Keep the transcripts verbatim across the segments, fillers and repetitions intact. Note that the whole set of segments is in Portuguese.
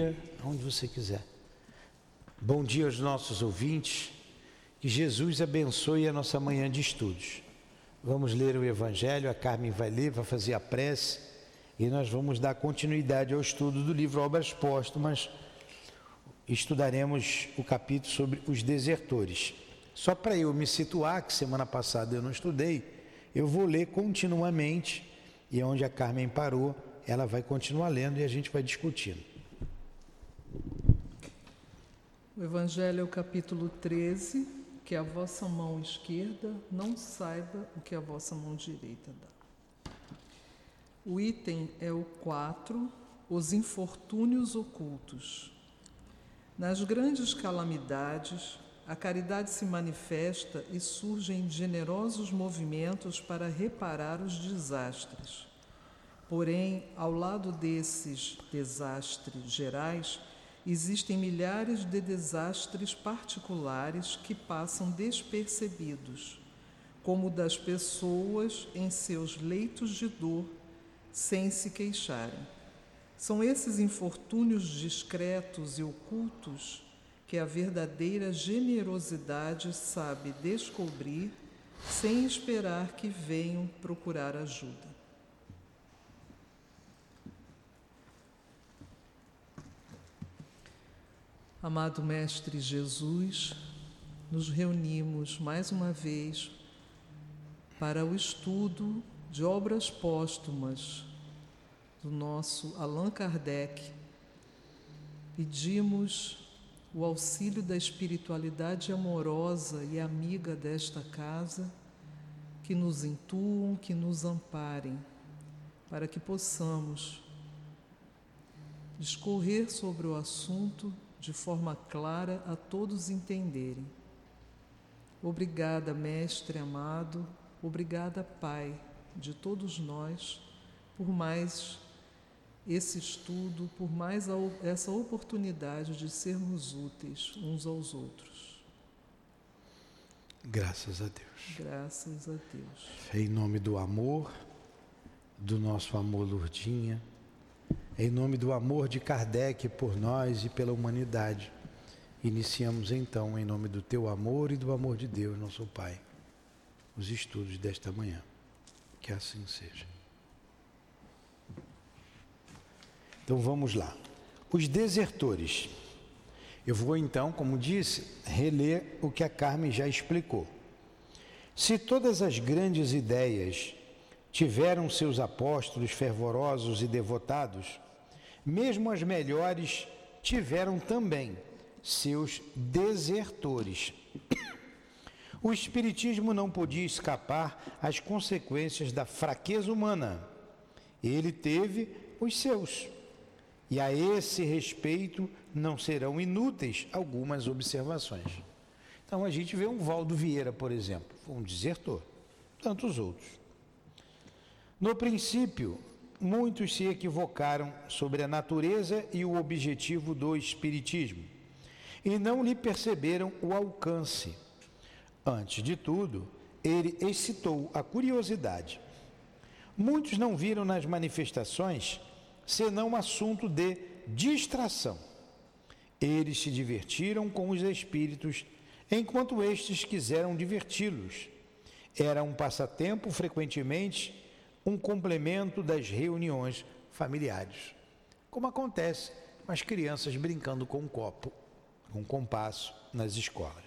dia, onde você quiser. Bom dia aos nossos ouvintes. Que Jesus abençoe a nossa manhã de estudos. Vamos ler o Evangelho, a Carmen vai ler, vai fazer a prece e nós vamos dar continuidade ao estudo do livro Obras Póstumas. Estudaremos o capítulo sobre os desertores. Só para eu me situar, que semana passada eu não estudei, eu vou ler continuamente e onde a Carmen parou, ela vai continuar lendo e a gente vai discutindo. O Evangelho é o capítulo treze, que a vossa mão esquerda não saiba o que a vossa mão direita dá. O item é o quatro, os infortúnios ocultos. Nas grandes calamidades, a caridade se manifesta e surgem generosos movimentos para reparar os desastres. Porém, ao lado desses desastres gerais, existem milhares de desastres particulares que passam despercebidos, como o das pessoas em seus leitos de dor, sem se queixarem. São esses infortúnios discretos e ocultos que a verdadeira generosidade sabe descobrir sem esperar que venham procurar ajuda. Amado Mestre Jesus, nos reunimos mais uma vez para o estudo de obras póstumas do nosso Allan Kardec. Pedimos o auxílio da espiritualidade amorosa e amiga desta casa, que nos intuam, que nos amparem, para que possamos discorrer sobre o assunto de forma clara a todos entenderem. Obrigada, Mestre amado, obrigada, Pai de todos nós, por mais esse estudo, por mais a, essa oportunidade de sermos úteis uns aos outros. Graças a Deus. Graças a Deus. Em nome do amor, do nosso amor Lourdinha, em nome do amor de Kardec por nós e pela humanidade, iniciamos então, em nome do teu amor e do amor de Deus, nosso Pai, os estudos desta manhã. Que assim seja. Então vamos lá. Os desertores. Eu vou então, como disse, reler o que a Carmen já explicou. Se todas as grandes ideias tiveram seus apóstolos fervorosos e devotados, mesmo as melhores tiveram também seus desertores. O Espiritismo não podia escapar às consequências da fraqueza humana. Ele teve os seus. E a esse respeito não serão inúteis algumas observações. Então a gente vê um Valdo Vieira, por exemplo, foi um desertor, tantos outros. No princípio, muitos se equivocaram sobre a natureza e o objetivo do Espiritismo e não lhe perceberam o alcance. Antes de tudo, ele excitou a curiosidade. Muitos não viram nas manifestações senão assunto de distração. Eles se divertiram com os espíritos, enquanto estes quiseram diverti-los. Era um passatempo, frequentemente, um complemento das reuniões familiares, como acontece com as crianças brincando com um copo, com um compasso nas escolas.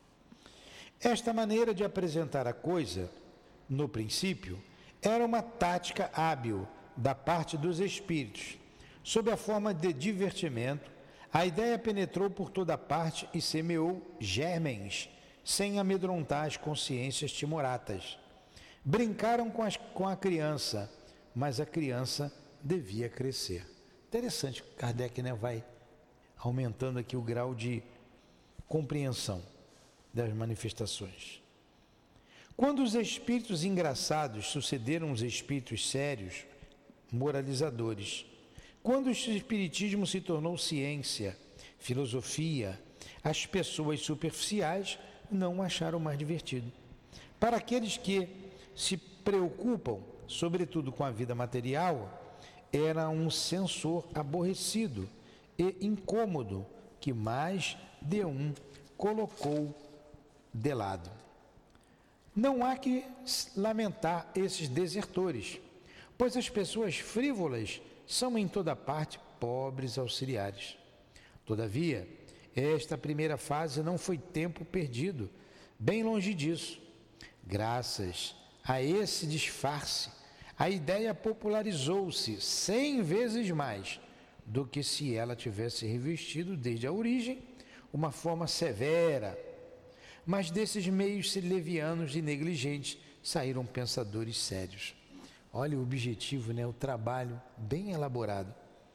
Esta maneira de apresentar a coisa, no princípio, era uma tática hábil da parte dos espíritos. Sob a forma de divertimento, a ideia penetrou por toda parte e semeou germens, sem amedrontar as consciências timoratas. Brincaram com, as, com a criança, mas a criança devia crescer. Interessante, Kardec, né, vai aumentando aqui o grau de compreensão das manifestações. Quando os espíritos engraçados sucederam os espíritos sérios, moralizadores, quando o espiritismo se tornou ciência, filosofia, as pessoas superficiais não o acharam mais divertido. Para aqueles que se preocupam, sobretudo com a vida material, era um censor aborrecido e incômodo que mais de um colocou de lado. Não há que lamentar esses desertores, pois as pessoas frívolas são em toda parte pobres auxiliares. Todavia, esta primeira fase não foi tempo perdido, bem longe disso. Graças a esse disfarce, a ideia popularizou-se cem vezes mais do que se ela tivesse revestido desde a origem uma forma severa. Mas desses meios levianos e negligentes saíram pensadores sérios. Olha o objetivo, né? O trabalho bem elaborado.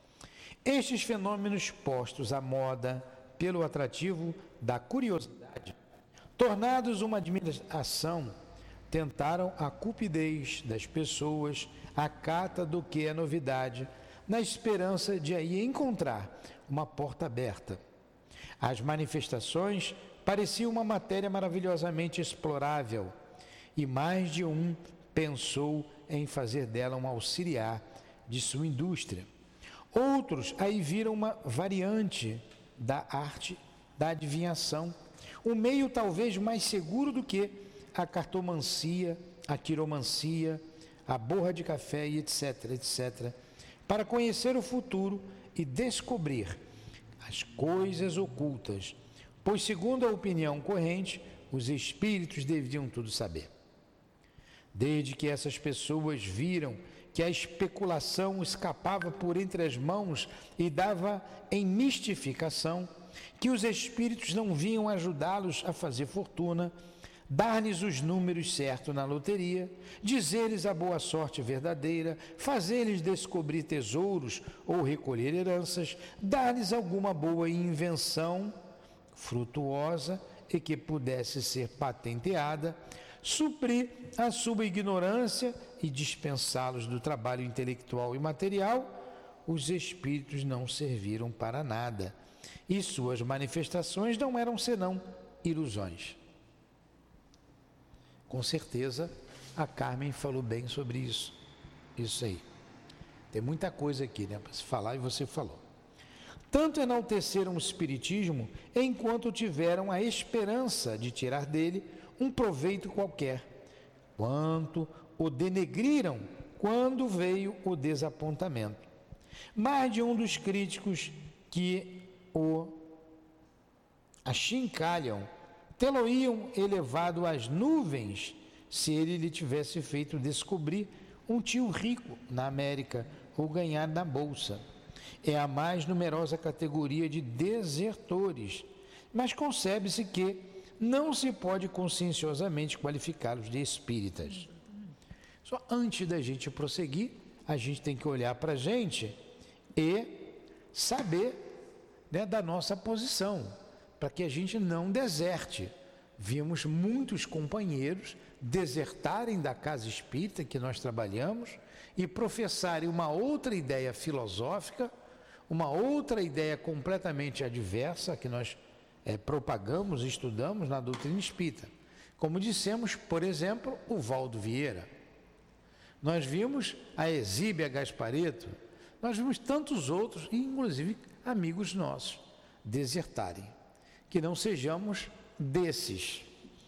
Estes fenômenos postos à moda pelo atrativo da curiosidade, tornados uma admiração, tentaram a cupidez das pessoas à cata do que é novidade, na esperança de aí encontrar uma porta aberta. As manifestações pareciam uma matéria maravilhosamente explorável, e mais de um pensou em fazer dela um auxiliar de sua indústria. Outros aí viram uma variante da arte da adivinhação, um meio talvez mais seguro do que a cartomancia, a quiromancia, a borra de café e etc, etc, para conhecer o futuro e descobrir as coisas ocultas, pois, segundo a opinião corrente, os espíritos deviam tudo saber. Desde que essas pessoas viram que a especulação escapava por entre as mãos e dava em mistificação, que os espíritos não vinham ajudá-los a fazer fortuna, dar-lhes os números certos na loteria, dizer-lhes a boa sorte verdadeira, fazer-lhes descobrir tesouros ou recolher heranças, dar-lhes alguma boa invenção frutuosa e que pudesse ser patenteada, suprir a sua ignorância e dispensá-los do trabalho intelectual e material, os espíritos não serviram para nada e suas manifestações não eram senão ilusões. Com certeza, a Carmen falou bem sobre isso. Isso aí. Tem muita coisa aqui, né, para se falar, e você falou. Tanto enalteceram o espiritismo enquanto tiveram a esperança de tirar dele um proveito qualquer, quanto o denegriram quando veio o desapontamento. Mais de um dos críticos que o achincalham tê-lo-iam elevado às nuvens se ele lhe tivesse feito descobrir um tio rico na América ou ganhar na bolsa. É a mais numerosa categoria de desertores, mas concebe-se que não se pode conscienciosamente qualificá-los de espíritas. Só antes da gente prosseguir, a gente tem que olhar para a gente e saber, né, da nossa posição, para que a gente não deserte. Vimos muitos companheiros desertarem da casa espírita que nós trabalhamos e professarem uma outra ideia filosófica, uma outra ideia completamente adversa que nós é, propagamos e estudamos na doutrina espírita. Como dissemos, por exemplo, o Valdo Vieira. Nós vimos a Exíbia Gaspareto, nós vimos tantos outros, inclusive amigos nossos, desertarem. Que não sejamos desses.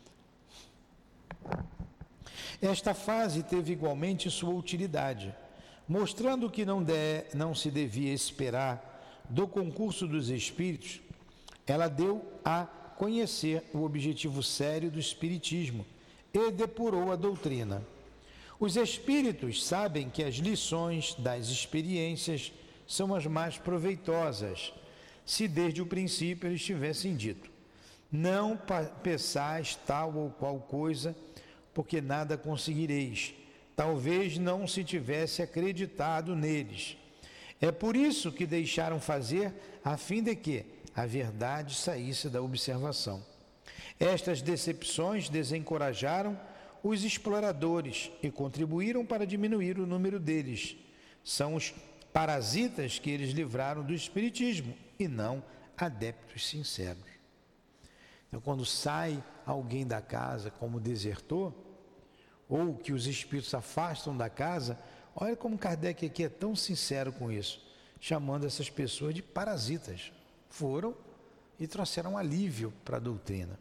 Esta fase teve igualmente sua utilidade, mostrando que não, de, não se devia esperar do concurso dos espíritos. Ela deu a conhecer o objetivo sério do espiritismo e depurou a doutrina. Os espíritos sabem que as lições das experiências são as mais proveitosas, se desde o princípio eles tivessem dito: não peçais tal ou qual coisa, porque nada conseguireis. Talvez não se tivesse acreditado neles. É por isso que deixaram fazer, a fim de que a verdade saísse da observação. Estas decepções desencorajaram os exploradores e contribuíram para diminuir o número deles. São os parasitas que eles livraram do espiritismo e não adeptos sinceros. Então, quando sai alguém da casa como desertor, ou que os espíritos afastam da casa, olha como Kardec aqui é tão sincero com isso. chamando essas pessoas de parasitas. Foram e trouxeram alívio para a doutrina.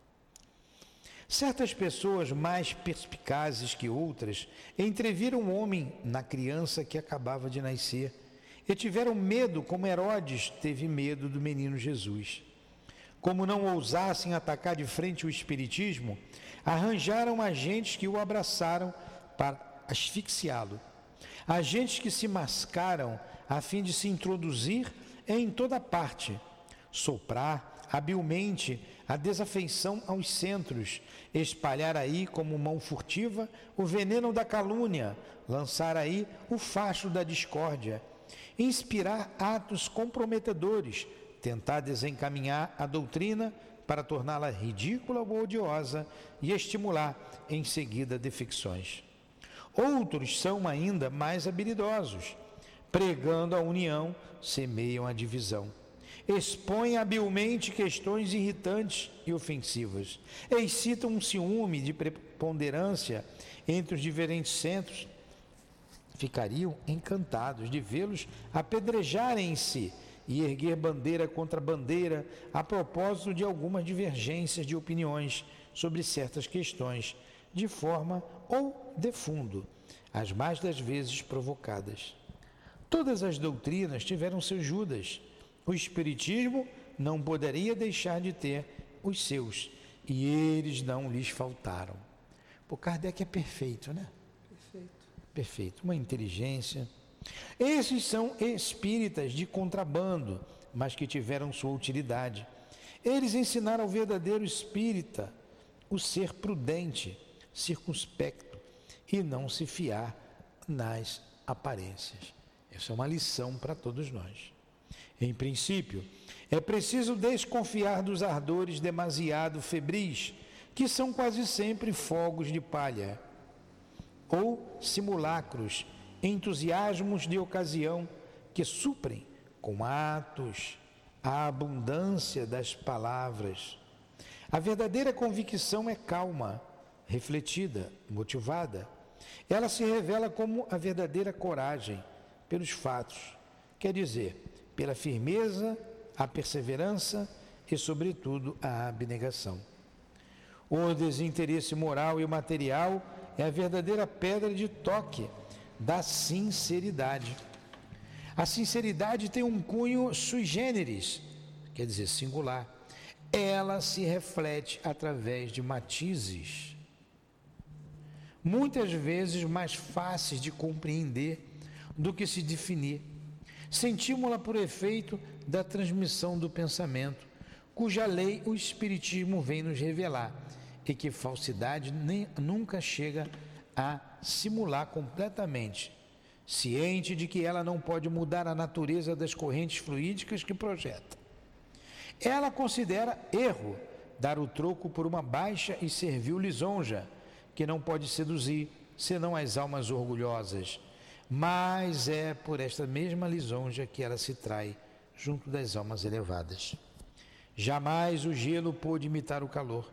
Certas pessoas mais perspicazes que outras entreviram o homem na criança que acabava de nascer e tiveram medo, como Herodes teve medo do menino Jesus. Como não ousassem atacar de frente o espiritismo, arranjaram agentes que o abraçaram para asfixiá-lo. Agentes que se mascaram a fim de se introduzir em toda parte, soprar habilmente a desafeição aos centros, espalhar aí como mão furtiva o veneno da calúnia, lançar aí o facho da discórdia, inspirar atos comprometedores, tentar desencaminhar a doutrina para torná-la ridícula ou odiosa e estimular em seguida defecções. Outros são ainda mais habilidosos, pregando a união, semeiam a divisão. Expõem habilmente questões irritantes e ofensivas, excitam um ciúme de preponderância entre os diferentes centros. Ficariam encantados de vê-los apedrejarem-se e erguer bandeira contra bandeira a propósito de algumas divergências de opiniões sobre certas questões, de forma ou de fundo, as mais das vezes provocadas. Todas as doutrinas tiveram seus Judas. O Espiritismo não poderia deixar de ter os seus, e eles não lhes faltaram. O Kardec é perfeito, né? Perfeito. Perfeito. Uma inteligência. Esses são espíritas de contrabando, mas que tiveram sua utilidade. Eles ensinaram ao verdadeiro espírita o ser prudente, circunspecto e não se fiar nas aparências. Essa é uma lição para todos nós. Em princípio, é preciso desconfiar dos ardores demasiado febris, que são quase sempre fogos de palha, ou simulacros, entusiasmos de ocasião, que suprem com atos a abundância das palavras. A verdadeira convicção é calma, refletida, motivada. Ela se revela como a verdadeira coragem pelos fatos, quer dizer, pela firmeza, a perseverança e, sobretudo, a abnegação. O desinteresse moral e material é a verdadeira pedra de toque da sinceridade. A sinceridade tem um cunho sui generis, quer dizer, singular. Ela se reflete através de matizes, muitas vezes mais fáceis de compreender do que se definir. Sentimos-la por efeito da transmissão do pensamento, cuja lei o Espiritismo vem nos revelar, e que falsidade nem, nunca chega a simular completamente, ciente de que ela não pode mudar a natureza das correntes fluídicas que projeta. Ela considera erro dar o troco por uma baixa e servil lisonja, que não pode seduzir, senão as almas orgulhosas, mas é por esta mesma lisonja que ela se trai junto das almas elevadas. Jamais o gelo pôde imitar o calor.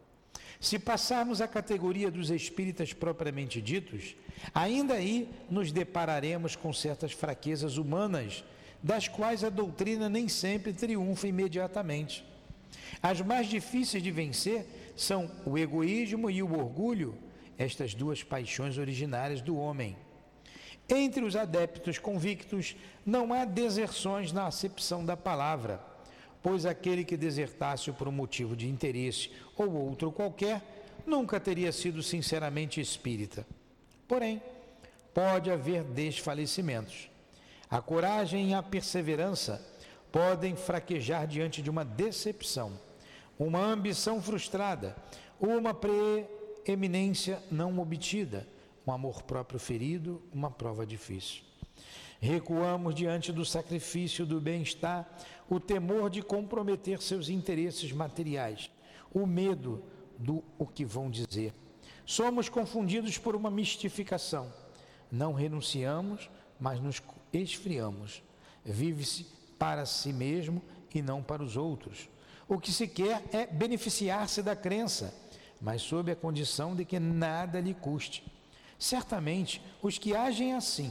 Se passarmos à categoria dos espíritas propriamente ditos, ainda aí nos depararemos com certas fraquezas humanas, das quais a doutrina nem sempre triunfa imediatamente. As mais difíceis de vencer são o egoísmo e o orgulho, estas duas paixões originárias do homem. Entre os adeptos convictos não há deserções na acepção da palavra, pois aquele que desertasse por um motivo de interesse ou outro qualquer, nunca teria sido sinceramente espírita. Porém, pode haver desfalecimentos. A coragem e a perseverança podem fraquejar diante de uma decepção, uma ambição frustrada, uma preeminência não obtida, um amor próprio ferido, uma prova difícil. Recuamos diante do sacrifício do bem-estar, o temor de comprometer seus interesses materiais, o medo do o que vão dizer. Somos confundidos por uma mistificação. Não renunciamos, mas nos esfriamos. Vive-se para si mesmo e não para os outros. O que se quer é beneficiar-se da crença, mas sob a condição de que nada lhe custe. Certamente, os que agem assim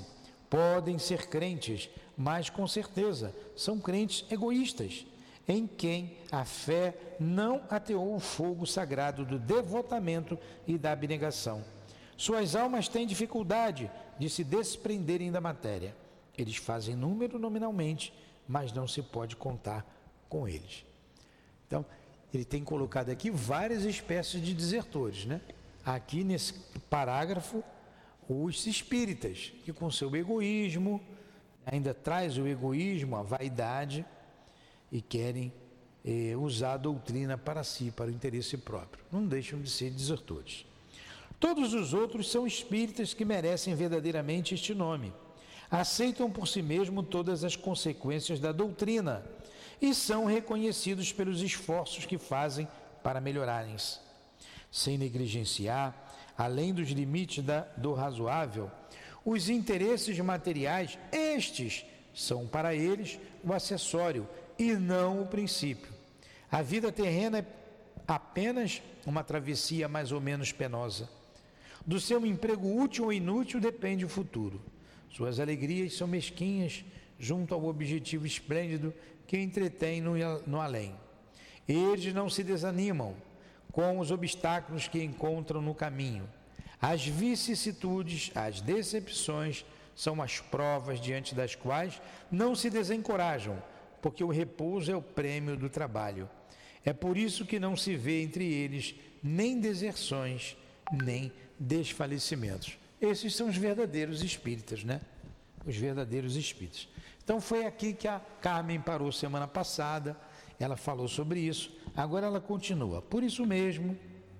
Podem ser crentes, mas com certeza são crentes egoístas, em quem a fé não ateou o fogo sagrado do devotamento e da abnegação. Suas almas têm dificuldade de se desprenderem da matéria. Eles fazem número nominalmente, mas não se pode contar com eles. Então, ele tem colocado aqui várias espécies de desertores, né? Aqui nesse parágrafo, os espíritas, que com seu egoísmo, ainda traz o egoísmo, a vaidade, e querem eh, usar a doutrina para si, para o interesse próprio. Não deixam de ser desertores. Todos os outros são espíritas que merecem verdadeiramente este nome. Aceitam por si mesmo todas as consequências da doutrina e são reconhecidos pelos esforços que fazem para melhorarem-se. Sem negligenciar, além dos limites da, do razoável, os interesses materiais, estes são para eles o acessório e não o princípio. A vida terrena é apenas uma travessia mais ou menos penosa. Do seu emprego útil ou inútil depende o futuro. Suas alegrias são mesquinhas junto ao objetivo esplêndido que entretém no, no além. Eles não se desanimam com os obstáculos que encontram no caminho. As vicissitudes, as decepções são as provas diante das quais não se desencorajam, porque o repouso é o prêmio do trabalho. É por isso que não se vê entre eles nem deserções, nem desfalecimentos. Esses são os verdadeiros espíritas, né? Os verdadeiros espíritas. Então foi aqui que a Carmen parou semana passada, ela falou sobre isso, agora ela continua. Por isso mesmo...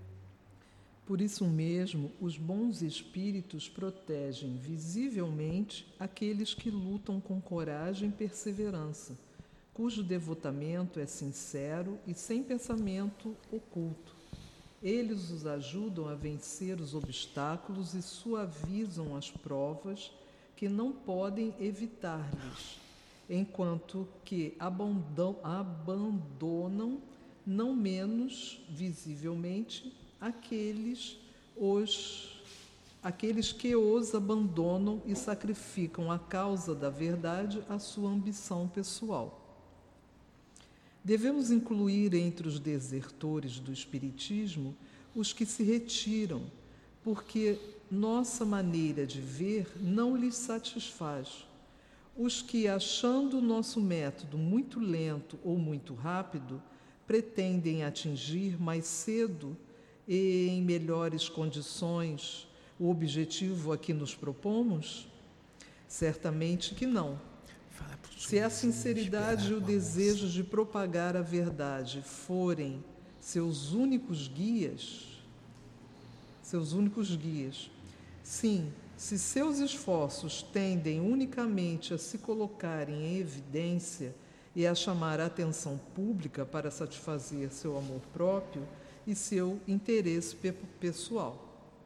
Por isso mesmo, os bons espíritos protegem visivelmente aqueles que lutam com coragem e perseverança, cujo devotamento é sincero e sem pensamento oculto. Eles os ajudam a vencer os obstáculos e suavizam as provas que não podem evitar-lhes, enquanto que abandonam, não menos visivelmente, aqueles, os, aqueles que os abandonam e sacrificam à causa da verdade a sua ambição pessoal. Devemos incluir entre os desertores do Espiritismo os que se retiram, porque nossa maneira de ver não lhes satisfaz. Os que, achando o nosso método muito lento ou muito rápido, pretendem atingir mais cedo e em melhores condições o objetivo a que nos propomos? Certamente que não. Se a sinceridade e o desejo de propagar a verdade forem seus únicos guias, seus únicos guias, sim, se seus esforços tendem unicamente a se colocarem em evidência e a chamar a atenção pública para satisfazer seu amor próprio e seu interesse pessoal.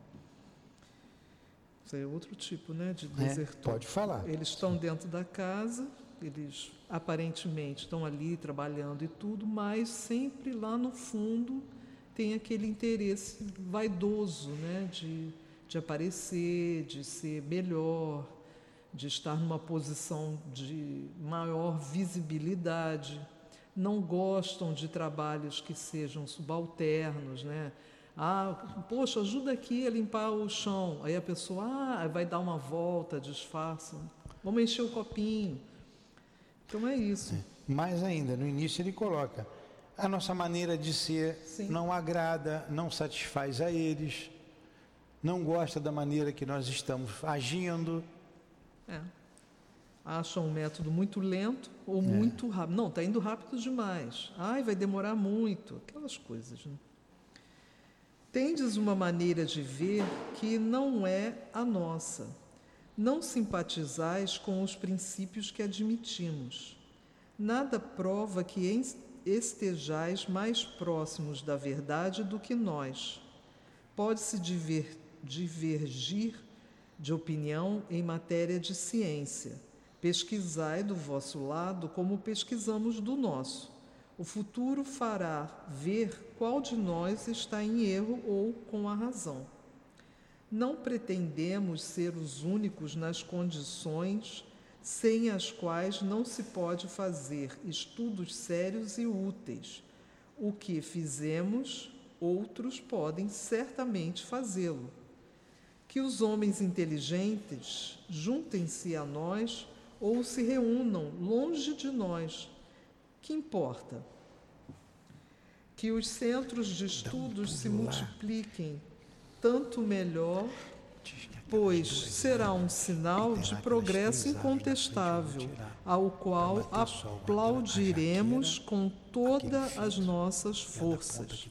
Isso é outro tipo, né, de desertor. É, pode falar. Eles estão dentro da casa, eles aparentemente estão ali trabalhando e tudo, mas sempre lá no fundo tem aquele interesse vaidoso, né, de, de aparecer, de ser melhor, de estar numa posição de maior visibilidade. Não gostam de trabalhos que sejam subalternos, né? Ah, poxa, ajuda aqui a limpar o chão. Aí a pessoa ah, vai dar uma volta, disfarça. Vamos encher o copinho. Então é isso. É. Mais ainda, no início ele coloca, a nossa maneira de ser Sim. não agrada, não satisfaz a eles, não gosta da maneira que nós estamos agindo. É. Acham um método muito lento ou é. muito rápido. Não, está indo rápido demais. Ai, vai demorar muito. Aquelas coisas, né? Tendes uma maneira de ver que não é a nossa. Não simpatizais com os princípios que admitimos. Nada prova que estejais mais próximos da verdade do que nós. Pode-se diver, divergir de opinião em matéria de ciência. Pesquisai do vosso lado como pesquisamos do nosso. O futuro fará ver qual de nós está em erro ou com a razão. Não pretendemos ser os únicos nas condições sem as quais não se pode fazer estudos sérios e úteis. O que fizemos, outros podem certamente fazê-lo. Que os homens inteligentes juntem-se a nós ou se reúnam longe de nós. Que importa? Que os centros de estudos se multipliquem, tanto melhor, pois será um sinal de progresso incontestável, ao qual aplaudiremos com todas as nossas forças.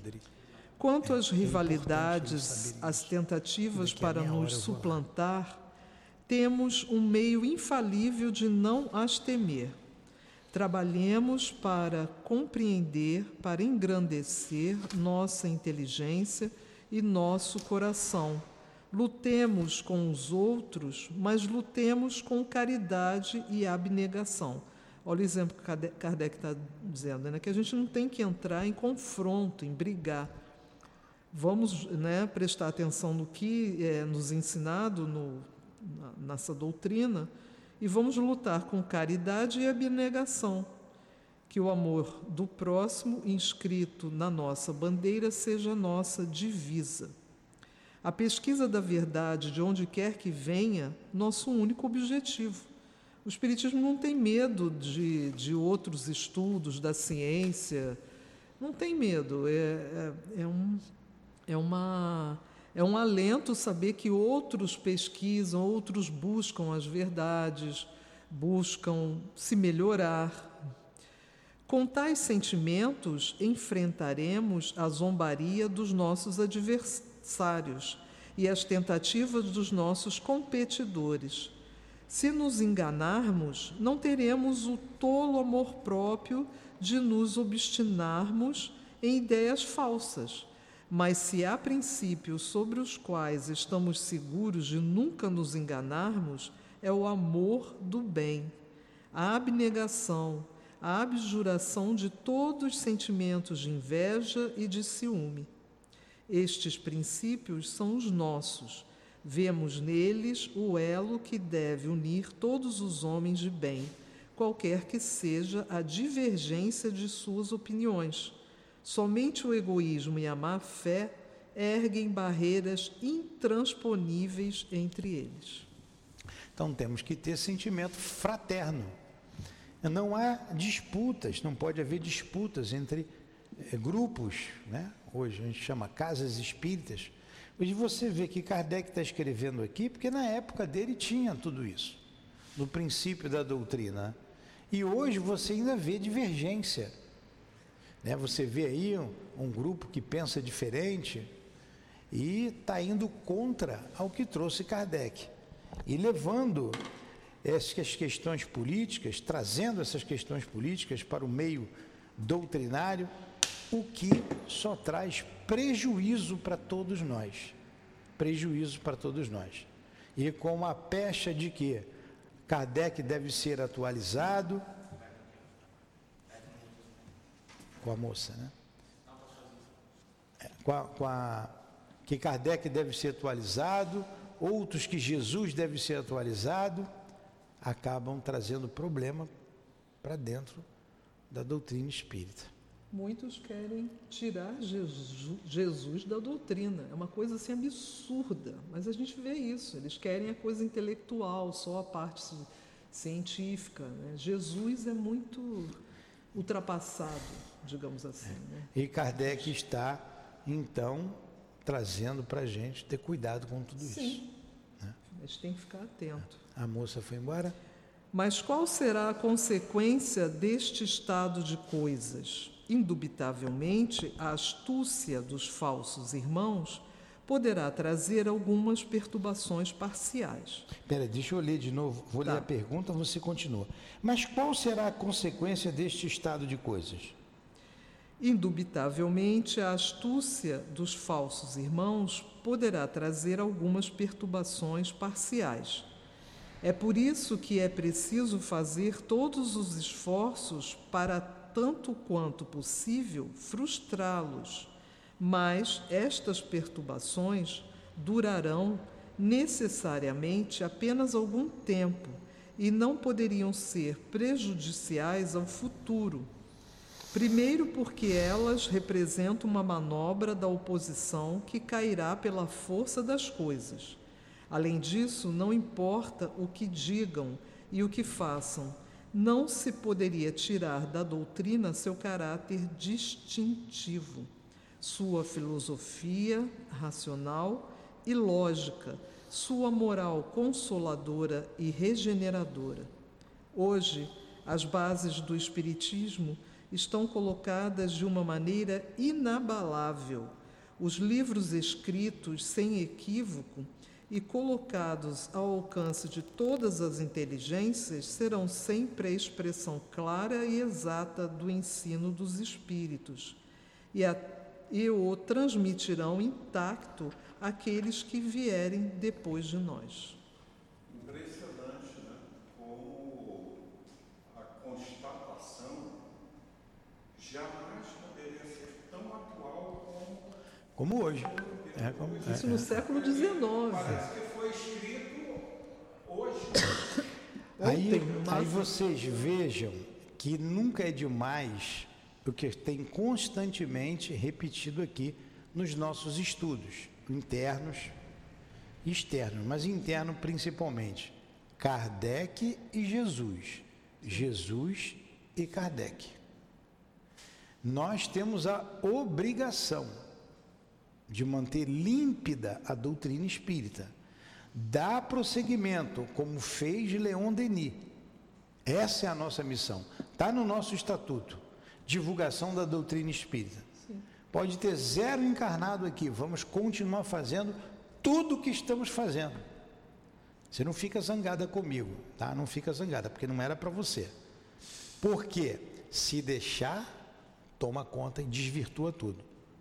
Quanto às rivalidades, às tentativas para nos suplantar, temos um meio infalível de não as temer. Trabalhemos para compreender, para engrandecer nossa inteligência e nosso coração. Lutemos com os outros, mas lutemos com caridade e abnegação. Olha o exemplo que Kardec está dizendo, né? Que a gente não tem que entrar em confronto, em brigar. Vamos, né, prestar atenção no que é nos ensinado no, na, nessa doutrina e vamos lutar com caridade e abnegação. Que o amor do próximo, inscrito na nossa bandeira, seja nossa divisa. A pesquisa da verdade, de onde quer que venha, nosso único objetivo. O Espiritismo não tem medo de, de outros estudos da ciência, não tem medo. É, é, é, um, é, uma, é um alento saber que outros pesquisam, outros buscam as verdades, buscam se melhorar. Com tais sentimentos, enfrentaremos a zombaria dos nossos adversários e as tentativas dos nossos competidores. Se nos enganarmos, não teremos o tolo amor próprio de nos obstinarmos em ideias falsas. Mas se há princípios sobre os quais estamos seguros de nunca nos enganarmos, é o amor do bem, a abnegação, a abjuração de todos os sentimentos de inveja e de ciúme. Estes princípios são os nossos. Vemos neles o elo que deve unir todos os homens de bem, qualquer que seja a divergência de suas opiniões. Somente o egoísmo e a má-fé erguem barreiras intransponíveis entre eles. Então temos que ter sentimento fraterno. Não há disputas, não pode haver disputas entre é, grupos, né? Hoje a gente chama casas espíritas. Hoje você vê que Kardec está escrevendo aqui, porque na época dele tinha tudo isso, no princípio da doutrina. E hoje você ainda vê divergência, né? Você vê aí um, um grupo que pensa diferente e está indo contra ao que trouxe Kardec. E levando essas questões políticas, trazendo essas questões políticas para o meio doutrinário, o que só traz prejuízo para todos nós. Prejuízo para todos nós. E com a pecha de que Kardec deve ser atualizado, com a moça, né? Com a, com a, que Kardec deve ser atualizado, outros que Jesus deve ser atualizado, acabam trazendo problema para dentro da doutrina espírita. Muitos querem tirar Jesus, Jesus da doutrina. É uma coisa assim absurda, mas a gente vê isso. Eles querem a coisa intelectual, só a parte científica, né? Jesus é muito ultrapassado, digamos assim. Né? E Kardec está, então, trazendo para a gente ter cuidado com tudo isso. Sim, né? A gente tem que ficar atento. A moça foi embora? Mas qual será a consequência deste estado de coisas? Indubitavelmente, a astúcia dos falsos irmãos poderá trazer algumas perturbações parciais. Espera, deixa eu ler de novo. Vou tá. ler a pergunta, você continua. Mas qual será a consequência deste estado de coisas? Indubitavelmente, a astúcia dos falsos irmãos poderá trazer algumas perturbações parciais. É por isso que é preciso fazer todos os esforços para, tanto quanto possível, frustrá-los. Mas estas perturbações durarão necessariamente apenas algum tempo e não poderiam ser prejudiciais ao futuro. Primeiro, porque elas representam uma manobra da oposição que cairá pela força das coisas. Além disso, não importa o que digam e o que façam, não se poderia tirar da doutrina seu caráter distintivo, sua filosofia racional e lógica, sua moral consoladora e regeneradora. Hoje, as bases do Espiritismo estão colocadas de uma maneira inabalável. Os livros escritos sem equívoco e colocados ao alcance de todas as inteligências serão sempre a expressão clara e exata do ensino dos espíritos e, a, e o transmitirão intacto àqueles que vierem depois de nós. Impressionante, né? Como a constatação jamais poderia ser tão atual como, como hoje. É, como, Isso é, no é. século dezenove. Parece que foi escrito hoje. Aí, Ontem, aí vocês vejam que nunca é demais o que tem constantemente repetido aqui nos nossos estudos, internos e externos, mas interno principalmente. Kardec e Jesus. Jesus e Kardec. Nós temos a obrigação de manter límpida a doutrina espírita, dar prosseguimento, como fez Leon Denis. Essa é a nossa missão. Está no nosso estatuto, divulgação da doutrina espírita. Sim. Pode ter zero encarnado aqui, vamos continuar fazendo tudo o que estamos fazendo. Você não fica zangada comigo, tá? Não fica zangada, porque não era para você. Porque se deixar, toma conta e desvirtua tudo.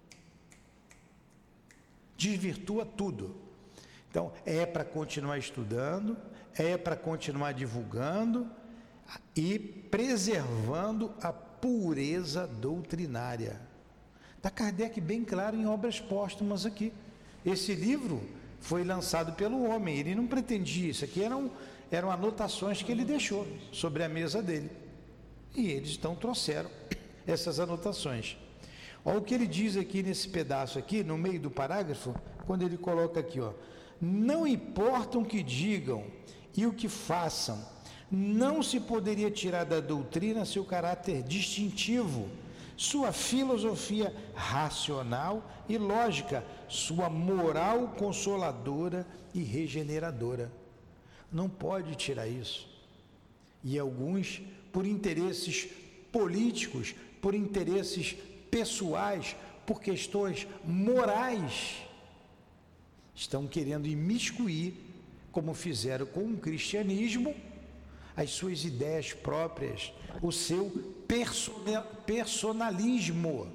Desvirtua tudo. Então, é para continuar estudando, é para continuar divulgando e preservando a pureza doutrinária. Está Kardec bem claro em Obras Póstumas aqui. Esse livro foi lançado pelo homem, ele não pretendia, isso aqui eram, eram anotações que ele deixou sobre a mesa dele. E eles então trouxeram essas anotações. Olha o que ele diz aqui nesse pedaço aqui, no meio do parágrafo, quando ele coloca aqui, ó, não importam o que digam e o que façam, não se poderia tirar da doutrina seu caráter distintivo, sua filosofia racional e lógica, sua moral consoladora e regeneradora. Não pode tirar isso. E alguns, por interesses políticos, por interesses pessoais, por questões morais, estão querendo imiscuir, como fizeram com o cristianismo, as suas ideias próprias, o seu personalismo.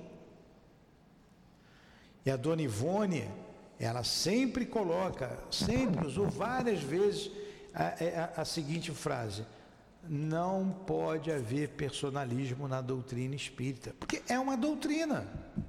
E a dona Ivone, ela sempre coloca, sempre usou várias vezes a, a, a seguinte frase: não pode haver personalismo na doutrina espírita, porque é uma doutrina.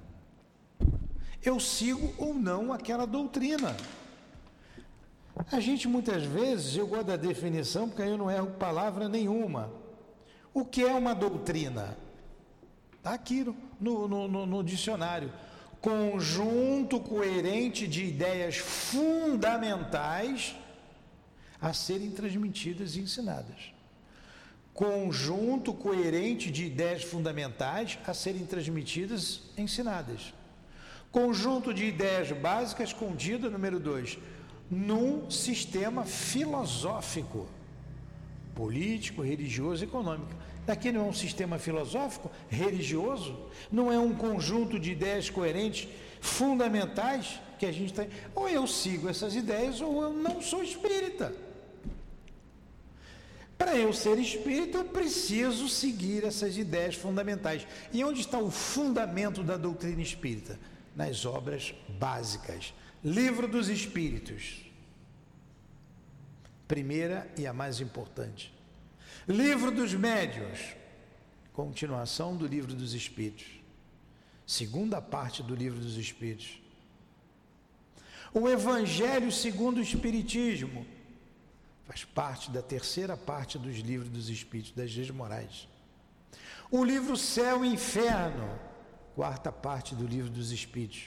Eu sigo ou não aquela doutrina. A gente muitas vezes, eu gosto da definição, porque aí eu não erro palavra nenhuma. O que é uma doutrina? Está aqui no, no, no, no dicionário. Conjunto coerente de ideias fundamentais a serem transmitidas e ensinadas. Conjunto coerente de ideias fundamentais a serem transmitidas e ensinadas. Conjunto de ideias básicas contido, número dois, num sistema filosófico, político, religioso, econômico. Daqui não é um sistema filosófico, religioso, não é um conjunto de ideias coerentes, fundamentais, que a gente tem. Ou eu sigo essas ideias, ou eu não sou espírita. Para eu ser espírita, eu preciso seguir essas ideias fundamentais. E onde está o fundamento da doutrina espírita? Nas obras básicas. Livro dos Espíritos. Primeira e a mais importante. Livro dos Médiuns. Continuação do Livro dos Espíritos. Segunda parte do Livro dos Espíritos. O Evangelho segundo o Espiritismo faz parte da terceira parte dos livros dos Espíritos, das Leis Morais. O livro Céu e Inferno, quarta parte do livro dos Espíritos,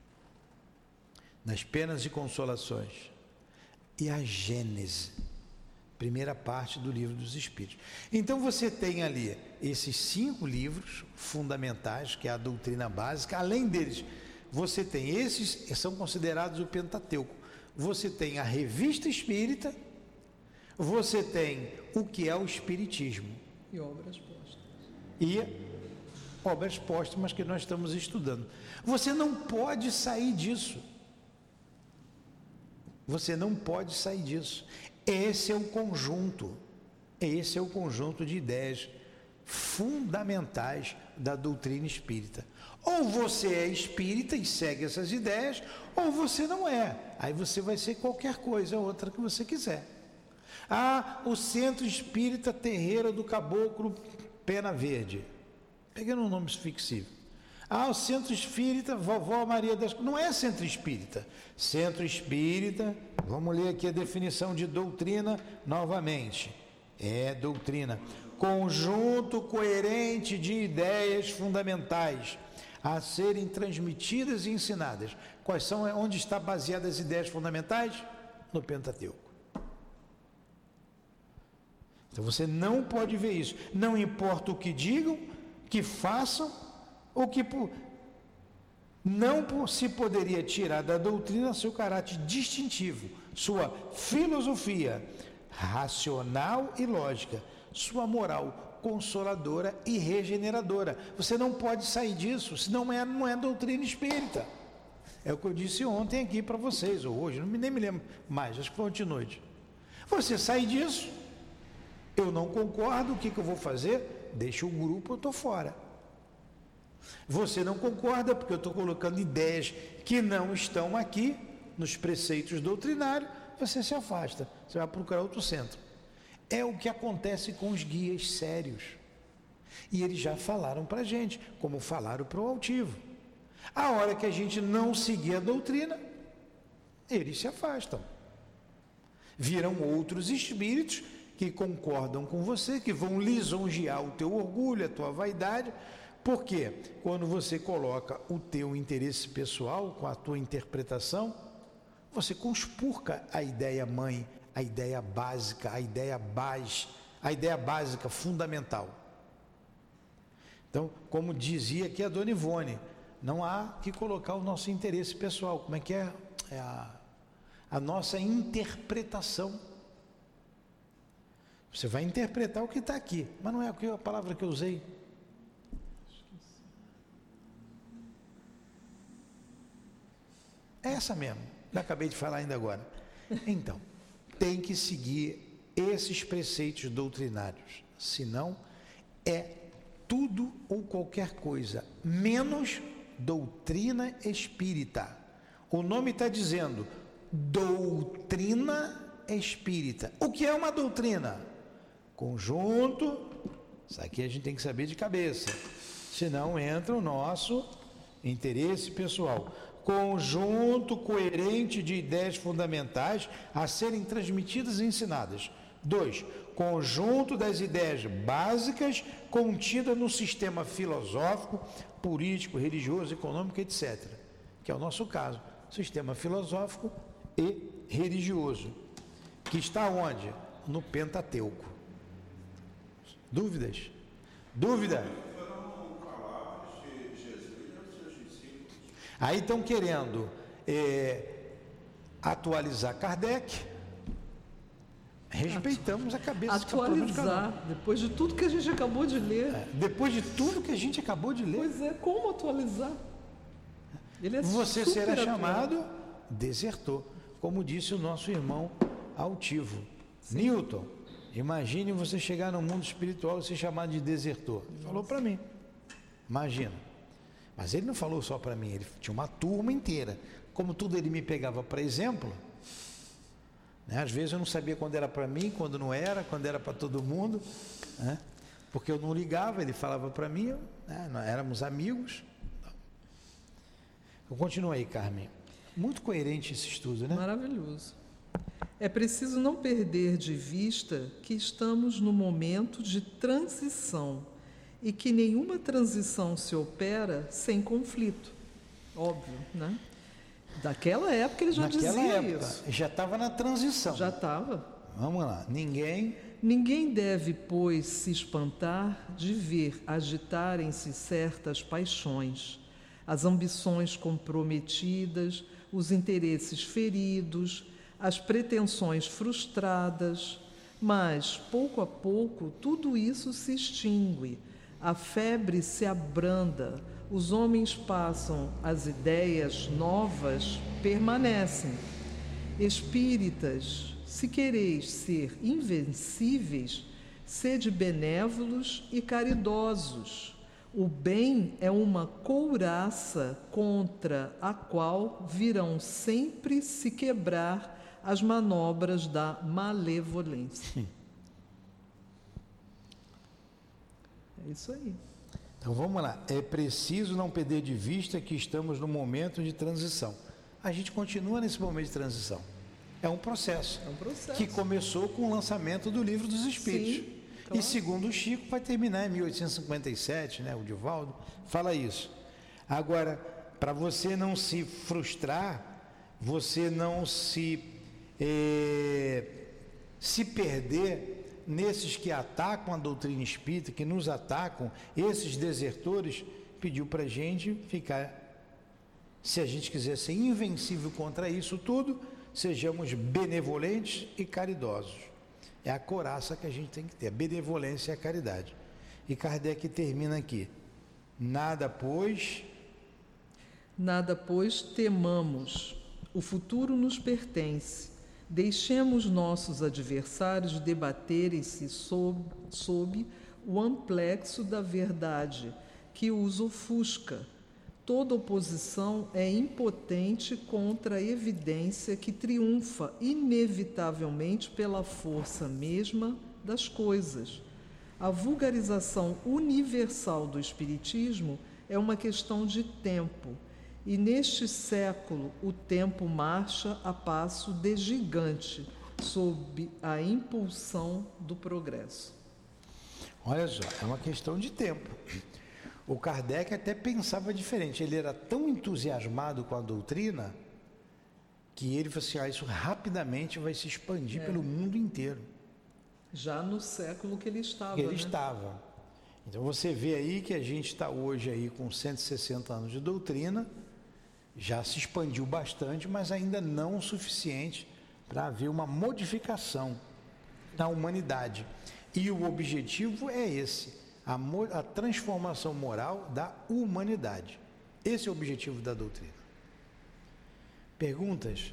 nas Penas e Consolações. E a Gênese, primeira parte do livro dos Espíritos. Então você tem ali esses cinco livros fundamentais, que é a doutrina básica. Além deles, você tem esses, são considerados o Pentateuco. Você tem a Revista Espírita, você tem o que é o Espiritismo. E obras póstumas. E obras póstumas que nós estamos estudando. Você não pode sair disso. Você não pode sair disso. Esse é o conjunto, esse é o conjunto de ideias fundamentais da doutrina espírita. Ou você é espírita e segue essas ideias, ou você não é. Aí você vai ser qualquer coisa, outra que você quiser. Ah, o Centro Espírita Terreiro do Caboclo Pena Verde. Pegando um nome fictício. Ah, o Centro Espírita Vovó Maria das... Não é Centro Espírita. Centro Espírita, vamos ler aqui a definição de doutrina novamente. É doutrina. Conjunto coerente de ideias fundamentais a serem transmitidas e ensinadas. Quais são, onde está baseadas as ideias fundamentais? No Pentateuco. Então você não pode ver isso. Não importa o que digam, que façam, o que não se poderia tirar da doutrina seu caráter distintivo, sua filosofia racional e lógica, sua moral consoladora e regeneradora. Você não pode sair disso, senão não é, não é doutrina espírita. É o que eu disse ontem aqui para vocês, ou hoje, não me, nem me lembro mais, acho que foi ontem de noite. Você sai disso, eu não concordo, o que, que eu vou fazer? Deixa o grupo, eu estou fora. Você não concorda porque eu estou colocando ideias que não estão aqui nos preceitos doutrinários, você se afasta, você vai procurar outro centro. É o que acontece com os guias sérios. E eles já falaram para a gente, como falaram para o altivo. A hora que a gente não seguir a doutrina, eles se afastam. Viram outros espíritos que concordam com você, que vão lisonjear o teu orgulho, a tua vaidade. Porque quando você coloca o teu interesse pessoal com a tua interpretação, você conspurca a ideia mãe, a ideia básica, a ideia base, a ideia básica fundamental. Então, como dizia aqui a Dona Ivone, não há que colocar o nosso interesse pessoal. Como é que é? É a, a nossa interpretação. Você vai interpretar o que está aqui, mas não é a palavra que eu usei. É essa mesmo, eu acabei de falar ainda agora. Então, tem que seguir esses preceitos doutrinários, senão é tudo ou qualquer coisa, menos doutrina espírita. O nome está dizendo doutrina espírita. O que é uma doutrina? Conjunto, isso aqui a gente tem que saber de cabeça, senão entra o nosso interesse pessoal. Conjunto coerente de ideias fundamentais a serem transmitidas e ensinadas. Dois, conjunto das ideias básicas contidas no sistema filosófico, político, religioso, econômico, etcétera. Que é o nosso caso, sistema filosófico e religioso, que está onde? No Pentateuco. Dúvidas? Dúvida? Aí estão querendo é, atualizar Kardec. Respeitamos a cabeça. Atualizar, de depois de tudo que a gente acabou de ler. É, depois de tudo que a gente acabou de ler. Pois é, como atualizar? Ele é Você super será atual. chamado desertor, como disse o nosso irmão altivo. Sim. Newton, imagine você chegar no mundo espiritual e ser chamado de desertor. Ele falou para mim. Imagina. Mas ele não falou só para mim, ele tinha uma turma inteira. Como tudo ele me pegava para exemplo, né? Às vezes eu não sabia quando era para mim, quando não era, quando era para todo mundo, né? Porque eu não ligava, ele falava para mim, né? Nós éramos amigos. Eu continuo aí, Carmen. Muito coerente esse estudo, né? Maravilhoso. É preciso não perder de vista que estamos no momento de transição e que nenhuma transição se opera sem conflito. Óbvio, né? Daquela época ele já Naquela dizia época, isso. já estava na transição. Já estava. Vamos lá. Ninguém... Ninguém deve, pois, se espantar de ver agitarem-se certas paixões, as ambições comprometidas, os interesses feridos, as pretensões frustradas, mas, pouco a pouco, tudo isso se extingue, a febre se abranda, os homens passam, as ideias novas permanecem. Espíritas, se quereis ser invencíveis, sede benévolos e caridosos. O bem é uma couraça contra a qual virão sempre se quebrar as manobras da malevolência. É isso aí. Então vamos lá. É preciso não perder de vista que estamos no momento de transição. A gente continua nesse momento de transição. É um processo. É um processo. Que começou com o lançamento do Livro dos Espíritos. Sim, claro. E segundo o Chico, vai terminar em mil oitocentos e cinquenta e sete, né? O Divaldo fala isso. Agora, para você não se frustrar, você não se, eh, se perder nesses que atacam a doutrina espírita, que nos atacam, esses desertores, pediu para a gente ficar, se a gente quiser ser invencível contra isso tudo, sejamos benevolentes e caridosos. É a couraça que a gente tem que ter, a benevolência e a caridade. E Kardec termina aqui. Nada, pois... Nada, pois, temamos. O futuro nos pertence. Deixemos nossos adversários debaterem-se sob, sob o amplexo da verdade, que os ofusca. Toda oposição é impotente contra a evidência que triunfa inevitavelmente pela força mesma das coisas. A vulgarização universal do Espiritismo é uma questão de tempo, e neste século o tempo marcha a passo de gigante, sob a impulsão do progresso. Olha só, é uma questão de tempo. O Kardec até pensava diferente, ele era tão entusiasmado com a doutrina que ele falou assim, ah, isso rapidamente vai se expandir é. pelo mundo inteiro. Já no século que ele estava, Ele né? estava. Então você vê aí que a gente está hoje aí com cento e sessenta anos de doutrina, já se expandiu bastante, mas ainda não o suficiente para haver uma modificação na humanidade. E o objetivo é esse. A, a transformação moral da humanidade. Esse é o objetivo da doutrina. Perguntas?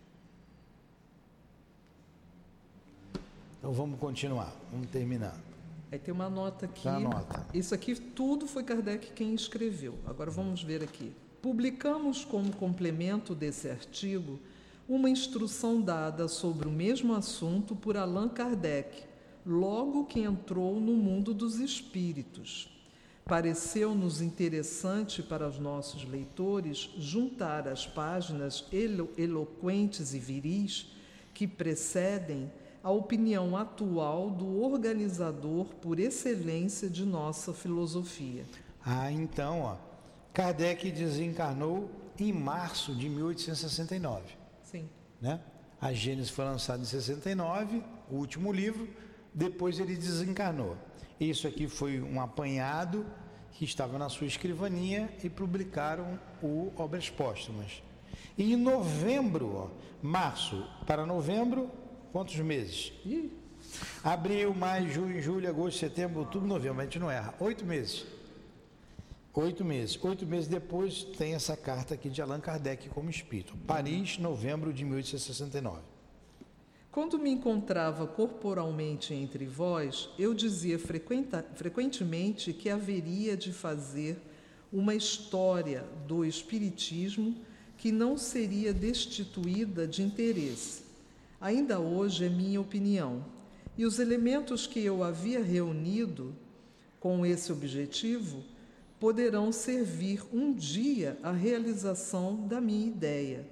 Então vamos continuar, vamos terminar. Aí tem uma nota aqui. Tá a nota. Isso aqui tudo foi Kardec quem escreveu. Agora vamos ver aqui. Publicamos como complemento desse artigo uma instrução dada sobre o mesmo assunto por Allan Kardec, logo que entrou no mundo dos espíritos. Pareceu-nos interessante para os nossos leitores juntar as páginas elo- eloquentes e viris que precedem a opinião atual do organizador por excelência de nossa filosofia. Ah, então, ó, Kardec desencarnou em março de mil oitocentos e sessenta e nove. Sim. Né? A Gênesis foi lançada em sessenta e nove, o último livro. Depois ele desencarnou. Isso aqui foi um apanhado que estava na sua escrivaninha e publicaram o Obras Póstumas. E em novembro, ó, março para novembro, quantos meses? Ih. Abril, maio, junho, julho, agosto, setembro, outubro, novembro. A gente não erra. Oito meses. Oito meses. Oito meses depois tem essa carta aqui de Allan Kardec como espírito. Paris, novembro de mil oitocentos e sessenta e nove. Quando me encontrava corporalmente entre vós, eu dizia frequenta, frequentemente que haveria de fazer uma história do Espiritismo que não seria destituída de interesse. Ainda hoje é minha opinião, e os elementos que eu havia reunido com esse objetivo poderão servir um dia à realização da minha ideia.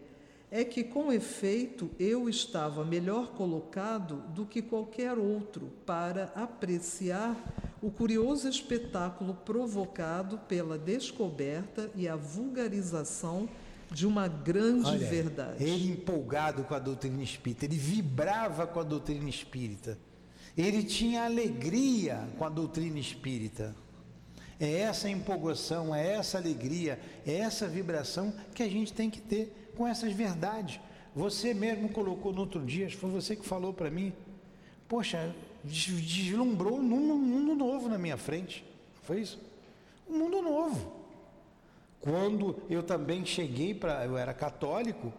é que, com efeito, eu estava melhor colocado do que qualquer outro para apreciar o curioso espetáculo provocado pela descoberta e a vulgarização de uma grande Olha, verdade. Ele empolgado com a doutrina espírita, ele vibrava com a doutrina espírita, ele tinha alegria com a doutrina espírita. É essa empolgação, é essa alegria, é essa vibração que a gente tem que ter com essas verdades. Você mesmo colocou no outro dia, foi você que falou para mim, poxa, deslumbrou um mundo novo na minha frente, foi isso? Um mundo novo. Quando eu também cheguei para, eu era católico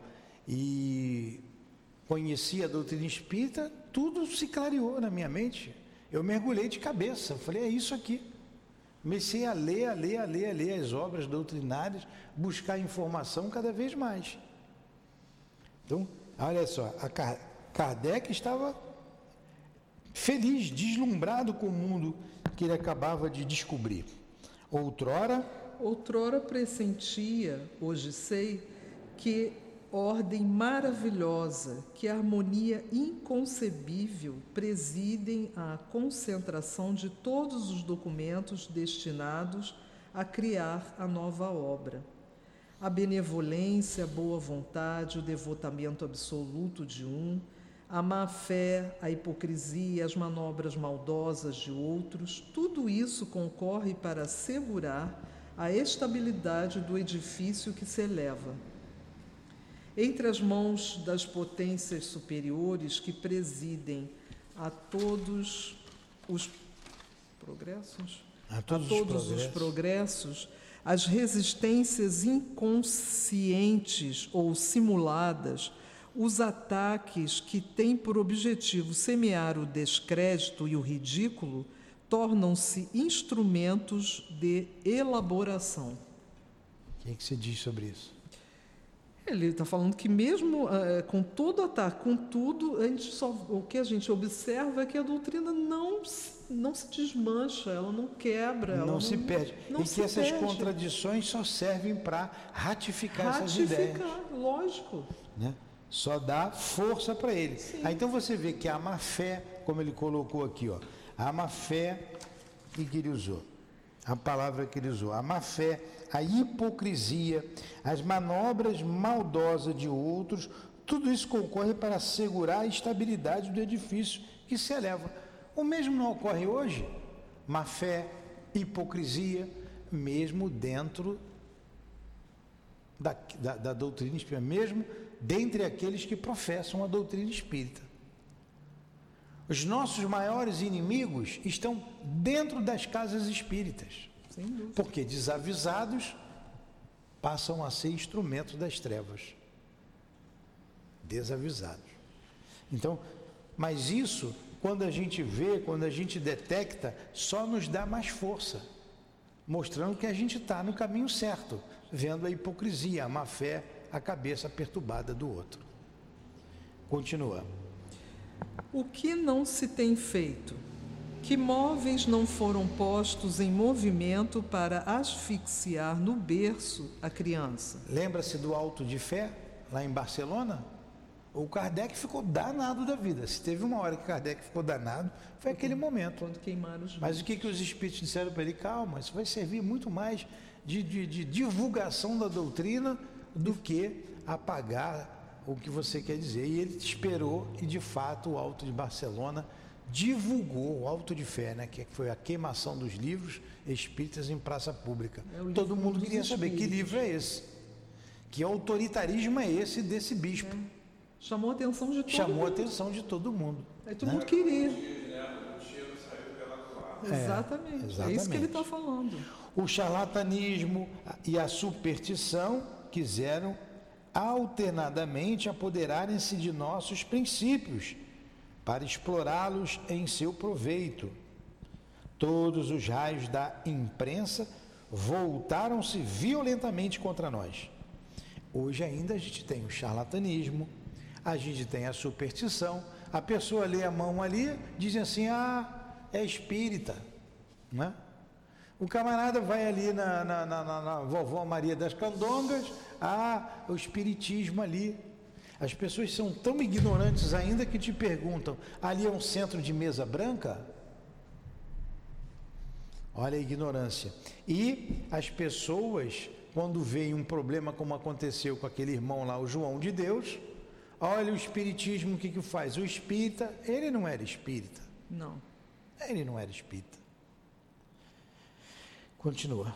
e conheci a doutrina espírita, tudo se clareou na minha mente. Eu mergulhei de cabeça, falei, é isso aqui. Comecei a ler, a ler, a ler, a ler as obras doutrinárias, buscar informação cada vez mais. Então, olha só, a Kardec estava feliz, deslumbrado com o mundo que ele acabava de descobrir. Outrora, Outrora pressentia, hoje sei, que ordem maravilhosa, que harmonia inconcebível presidem à concentração de todos os documentos destinados a criar a nova obra. A benevolência, a boa vontade, o devotamento absoluto de um, a má-fé, a hipocrisia, as manobras maldosas de outros, tudo isso concorre para assegurar a estabilidade do edifício que se eleva. Entre as mãos das potências superiores que presidem a todos os progressos, a todos, a todos os, progressos. os progressos, as resistências inconscientes ou simuladas, os ataques que têm por objetivo semear o descrédito e o ridículo, tornam-se instrumentos de elaboração. O que, é que você diz sobre isso? Ele está falando que mesmo uh, com todo ataque, com tudo, a gente só, o que a gente observa é que a doutrina não, não se desmancha, ela não quebra. Não, ela se não, perde. Não e se que essas perde. contradições só servem para ratificar, ratificar essas ideias. Lógico. Né? Só dá força para ele. Aí, então você vê que a má-fé, como ele colocou aqui, ó, a má-fé, o que ele usou? A palavra que ele usou, a má-fé, a hipocrisia, as manobras maldosas de outros, tudo isso concorre para assegurar a estabilidade do edifício que se eleva. O mesmo não ocorre hoje? Má-fé, hipocrisia, mesmo dentro da, da, da doutrina espírita, mesmo dentre aqueles que professam a doutrina espírita. Os nossos maiores inimigos estão dentro das casas espíritas, Sem dúvida. Porque desavisados passam a ser instrumentos das trevas. Desavisados. Então, mas isso, quando a gente vê, quando a gente detecta, só nos dá mais força, mostrando que a gente está no caminho certo, vendo a hipocrisia, a má-fé, a cabeça perturbada do outro. Continua. O que não se tem feito? Que móveis não foram postos em movimento para asfixiar no berço a criança? Lembra-se do Alto de Fé, lá em Barcelona? O Kardec ficou danado da vida. Se teve uma hora que Kardec ficou danado, foi aquele momento. Quando queimaram os Mas o que, que os espíritos disseram para ele? Calma, isso vai servir muito mais de, de, de divulgação da doutrina do que apagar o que você quer dizer. E ele esperou e, de fato, o Alto de Barcelona divulgou o Alto de Fé, né, que foi a queimação dos livros espíritas em praça pública. É Todo mundo queria saber que livro é esse, que autoritarismo é esse desse bispo. É. Chamou a atenção de todo Chamou mundo. a atenção de todo mundo. Aí todo né? mundo queria. É, exatamente. exatamente. É isso que ele está falando. O charlatanismo e a superstição quiseram alternadamente apoderarem-se de nossos princípios para explorá-los em seu proveito. Todos os raios da imprensa voltaram-se violentamente contra nós. Hoje ainda a gente tem o charlatanismo, a gente tem a superstição, a pessoa lê a mão ali, dizem assim, ah, é espírita, né? O camarada vai ali na, na, na, na, na vovó Maria das Candongas, ah, o espiritismo ali, As pessoas são tão ignorantes ainda que te perguntam: ali é um centro de mesa branca? Olha a ignorância. E as pessoas, quando veem um problema como aconteceu com aquele irmão lá, o João de Deus, olha o espiritismo, o que que faz? O espírita, ele não era espírita. Não. Ele não era espírita. Continua.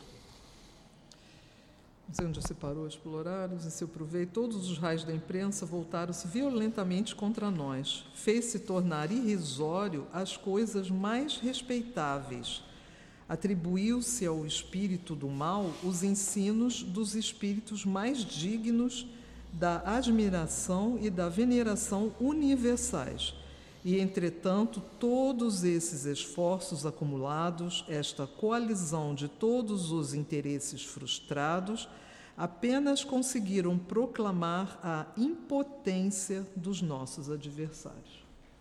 Não sei onde você parou, exploraram-os em seu proveito. Todos os raios da imprensa voltaram-se violentamente contra nós. Fez-se tornar irrisório as coisas mais respeitáveis. Atribuiu-se ao espírito do mal os ensinos dos espíritos mais dignos da admiração e da veneração universais. E, entretanto, todos esses esforços acumulados, esta coalizão de todos os interesses frustrados, apenas conseguiram proclamar a impotência dos nossos adversários.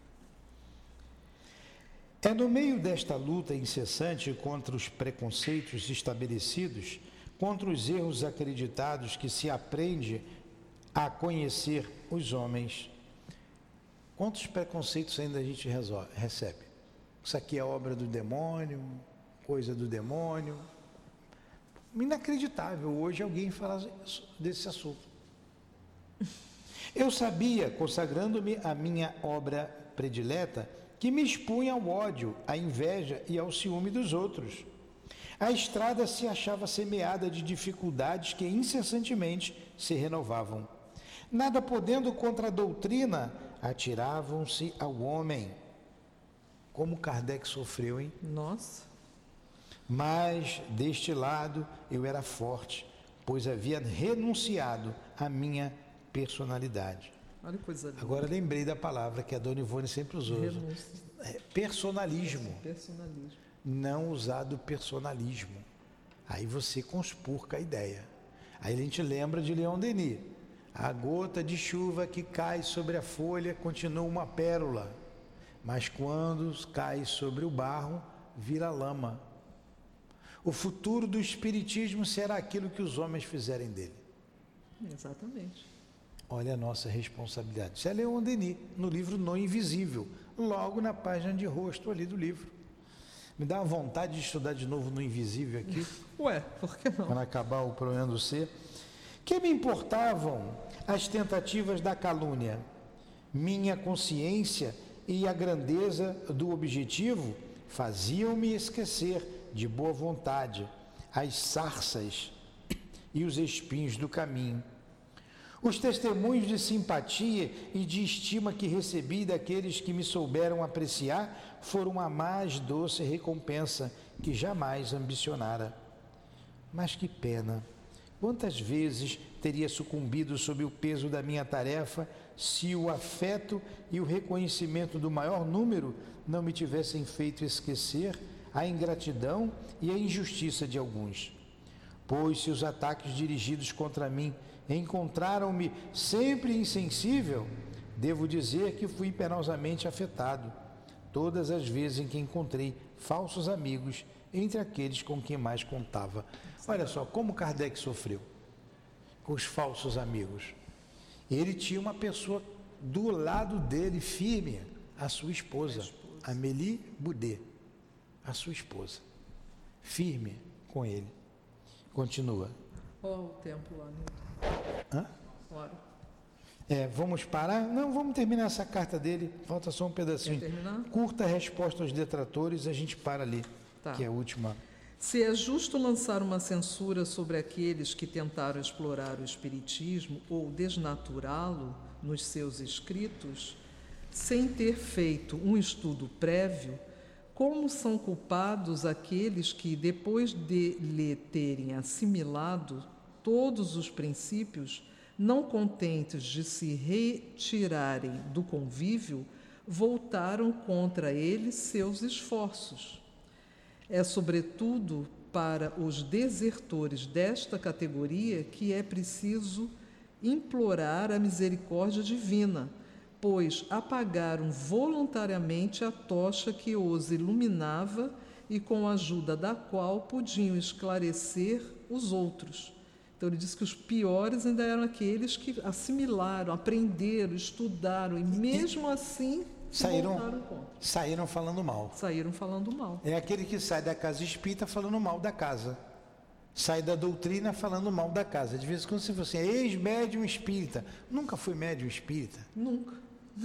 É no meio desta luta incessante contra os preconceitos estabelecidos, contra os erros acreditados, que se aprende a conhecer os homens. Quantos preconceitos ainda a gente resolve, recebe? Isso aqui é obra do demônio, coisa do demônio. Inacreditável hoje alguém falar desse assunto. Eu sabia, consagrando-me à minha obra predileta, que me expunha ao ódio, à inveja e ao ciúme dos outros. A estrada se achava semeada de dificuldades que incessantemente se renovavam. Nada podendo contra a doutrina, atiravam-se ao homem. Como Kardec sofreu, hein? Nossa. Mas, deste lado, eu era forte, pois havia renunciado à minha personalidade. Olha que coisa linda. Agora lembrei da palavra que a Dona Ivone sempre usou. É, personalismo. Personalismo. Não usar do personalismo. Aí você conspurca a ideia. Aí a gente lembra de Leon Denis. A gota de chuva que cai sobre a folha continua uma pérola, mas quando cai sobre o barro, vira lama. O futuro do espiritismo será aquilo que os homens fizerem dele. Exatamente. Olha a nossa responsabilidade. Isso é Leon Denis, no livro No Invisível, logo na página de rosto ali do livro. Me dá uma vontade de estudar de novo No Invisível aqui. Ué, por que não? Quando acabar o problema do ser. Que me importavam as tentativas da calúnia? Minha consciência e a grandeza do objetivo faziam-me esquecer de boa vontade as sarças e os espinhos do caminho. Os testemunhos de simpatia e de estima que recebi daqueles que me souberam apreciar foram a mais doce recompensa que jamais ambicionara. Mas que pena! Quantas vezes teria sucumbido sob o peso da minha tarefa se o afeto e o reconhecimento do maior número não me tivessem feito esquecer a ingratidão e a injustiça de alguns. Pois se os ataques dirigidos contra mim encontraram-me sempre insensível, devo dizer que fui penosamente afetado todas as vezes em que encontrei falsos amigos entre aqueles com quem mais contava. Olha só como Kardec sofreu com os falsos amigos. Ele tinha uma pessoa do lado dele firme, a sua esposa, a esposa. Amélie Boudet, a sua esposa, firme com ele. Continua. Olha o tempo lá, né? Hã? Hora. É, vamos parar? Não, vamos terminar essa carta dele. Falta só um pedacinho. Quer terminar? Curta resposta aos detratores, a gente para ali, Tá. que é a última. Se é justo lançar uma censura sobre aqueles que tentaram explorar o espiritismo ou desnaturá-lo nos seus escritos, sem ter feito um estudo prévio, como são culpados aqueles que, depois de lhe terem assimilado todos os princípios, não contentes de se retirarem do convívio, voltaram contra ele seus esforços? É, sobretudo, para os desertores desta categoria que é preciso implorar a misericórdia divina, pois apagaram voluntariamente a tocha que os iluminava e com a ajuda da qual podiam esclarecer os outros. Então ele diz que os piores ainda eram aqueles que assimilaram, aprenderam, estudaram e mesmo assim se Saíram, voltaram contra. saíram falando mal. Saíram falando mal. É aquele que sai da casa espírita falando mal da casa. Sai da doutrina falando mal da casa. De vez em quando você fala assim, é ex-médium espírita. Nunca fui médium espírita. Nunca.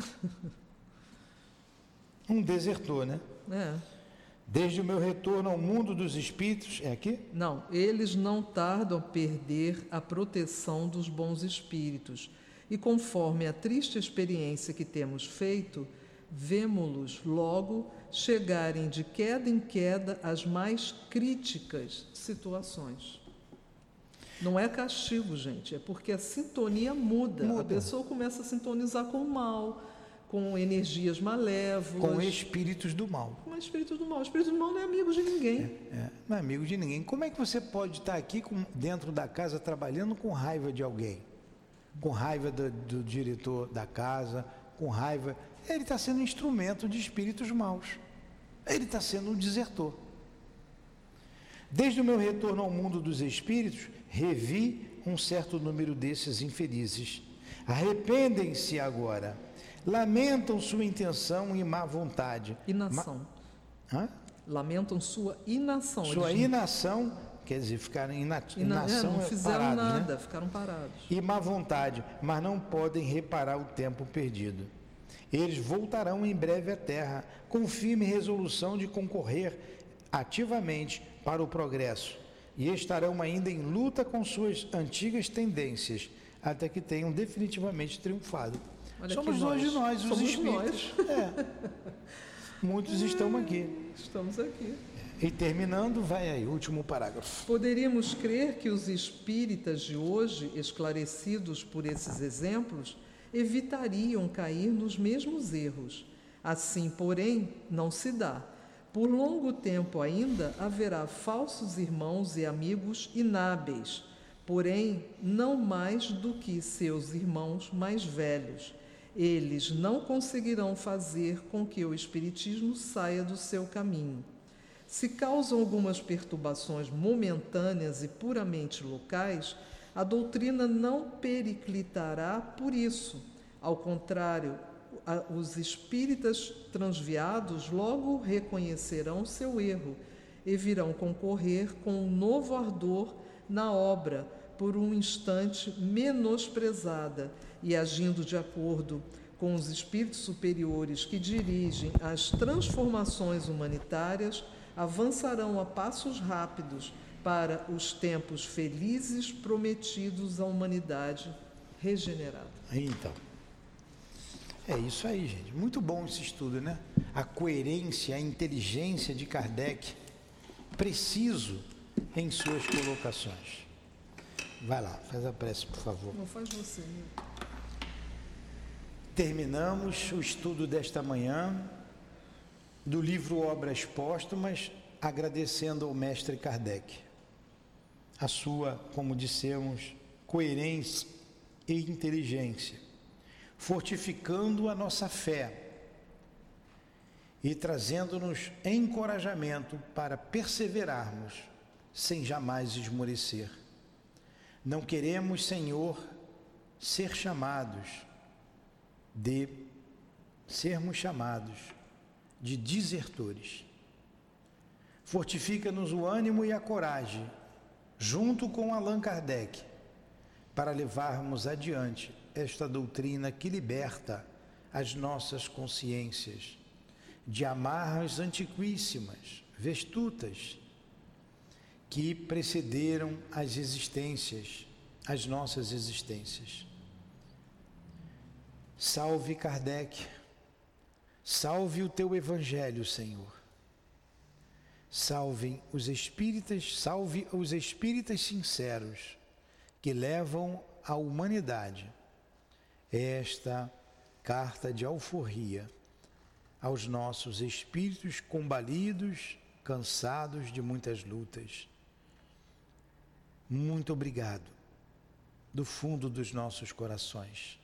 Um desertor, né? É. Desde o meu retorno ao mundo dos espíritos, é aqui? Não, eles não tardam a perder a proteção dos bons espíritos. E conforme a triste experiência que temos feito, vemo-los logo chegarem de queda em queda às mais críticas situações. Não é castigo, gente, é porque a sintonia muda. Muda. A pessoa começa a sintonizar com o mal, com energias malévolas. Com espíritos do mal. Com espíritos do mal. O espírito do mal não é amigo de ninguém. É, não é amigo de ninguém. Como é que você pode estar aqui com, dentro da casa trabalhando com raiva de alguém? Com raiva do, do diretor da casa, com raiva... Ele está sendo instrumento de espíritos maus. Ele está sendo um desertor. Desde o meu retorno ao mundo dos espíritos, revi um certo número desses infelizes. Arrependem-se agora. Lamentam sua intenção e má vontade. Inação. Ma... Hã? Lamentam sua inação. Sua Eles inação, quer dizer, ficaram em ina... ina... inação, é, não fizeram parados, nada, né? ficaram parados. E má vontade, mas não podem reparar o tempo perdido. Eles voltarão em breve à Terra, com firme resolução de concorrer ativamente para o progresso, e estarão ainda em luta com suas antigas tendências, até que tenham definitivamente triunfado. Olha Somos nós. hoje nós, os Somos espíritos. nós. É. Muitos estão aqui. Estamos aqui. E terminando, vai aí, último parágrafo. Poderíamos crer que os espíritas de hoje, esclarecidos por esses exemplos, evitariam cair nos mesmos erros. Assim, porém, não se dá. Por longo tempo ainda haverá falsos irmãos e amigos inábeis, porém não mais do que seus irmãos mais velhos. Eles não conseguirão fazer com que o espiritismo saia do seu caminho. Se causam algumas perturbações momentâneas e puramente locais, a doutrina não periclitará por isso. Ao contrário, os espíritas transviados logo reconhecerão seu erro e virão concorrer com um novo ardor na obra, por um instante menosprezada, e agindo de acordo com os espíritos superiores que dirigem as transformações humanitárias, avançarão a passos rápidos para os tempos felizes prometidos à humanidade regenerada. Então, é isso aí, gente. Muito bom esse estudo, né? A coerência, a inteligência de Kardec, preciso em suas colocações. Vai lá, faz a prece, por favor. Não faz você, né? Terminamos o estudo desta manhã do livro Obras Póstumas, agradecendo ao mestre Kardec a sua, como dissemos, coerência e inteligência, fortificando a nossa fé e trazendo-nos encorajamento para perseverarmos sem jamais esmorecer. Não queremos, Senhor, ser chamados de sermos chamados de desertores. Fortifica-nos o ânimo e a coragem, junto com Allan Kardec, para levarmos adiante esta doutrina que liberta as nossas consciências de amarras antiquíssimas, vestutas, que precederam as existências, as nossas existências. Salve Kardec, salve o teu Evangelho, Senhor. Salvem os espíritas, salve os espíritas sinceros que levam à humanidade esta carta de alforria aos nossos espíritos combalidos, cansados de muitas lutas. Muito obrigado, do fundo dos nossos corações.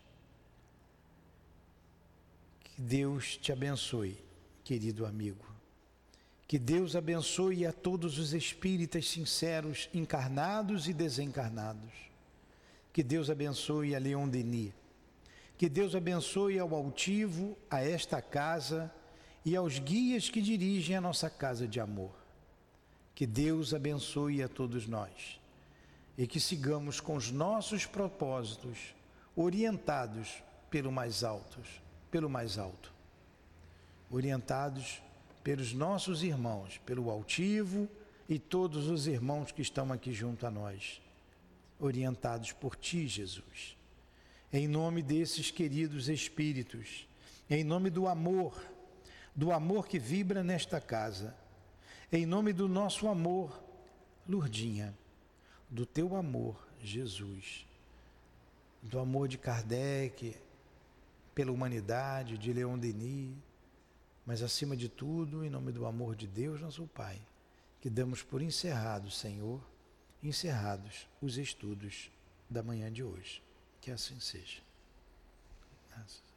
Que Deus te abençoe, querido amigo. Que Deus abençoe a todos os espíritas sinceros, encarnados e desencarnados. Que Deus abençoe a Leon Denis. Que Deus abençoe ao altivo, a esta casa e aos guias que dirigem a nossa casa de amor. Que Deus abençoe a todos nós e que sigamos com os nossos propósitos orientados pelo mais alto, pelo mais alto. Orientados pelos nossos irmãos, pelo altivo e todos os irmãos que estão aqui junto a nós, orientados por Ti, Jesus. Em nome desses queridos espíritos, em nome do amor, do amor que vibra nesta casa, em nome do nosso amor, Lourdinha, do Teu amor, Jesus, do amor de Kardec, pela humanidade, de Leon Denis, mas acima de tudo, em nome do amor de Deus, nosso Pai, que damos por encerrados, Senhor, encerrados os estudos da manhã de hoje. Que assim seja. Graças.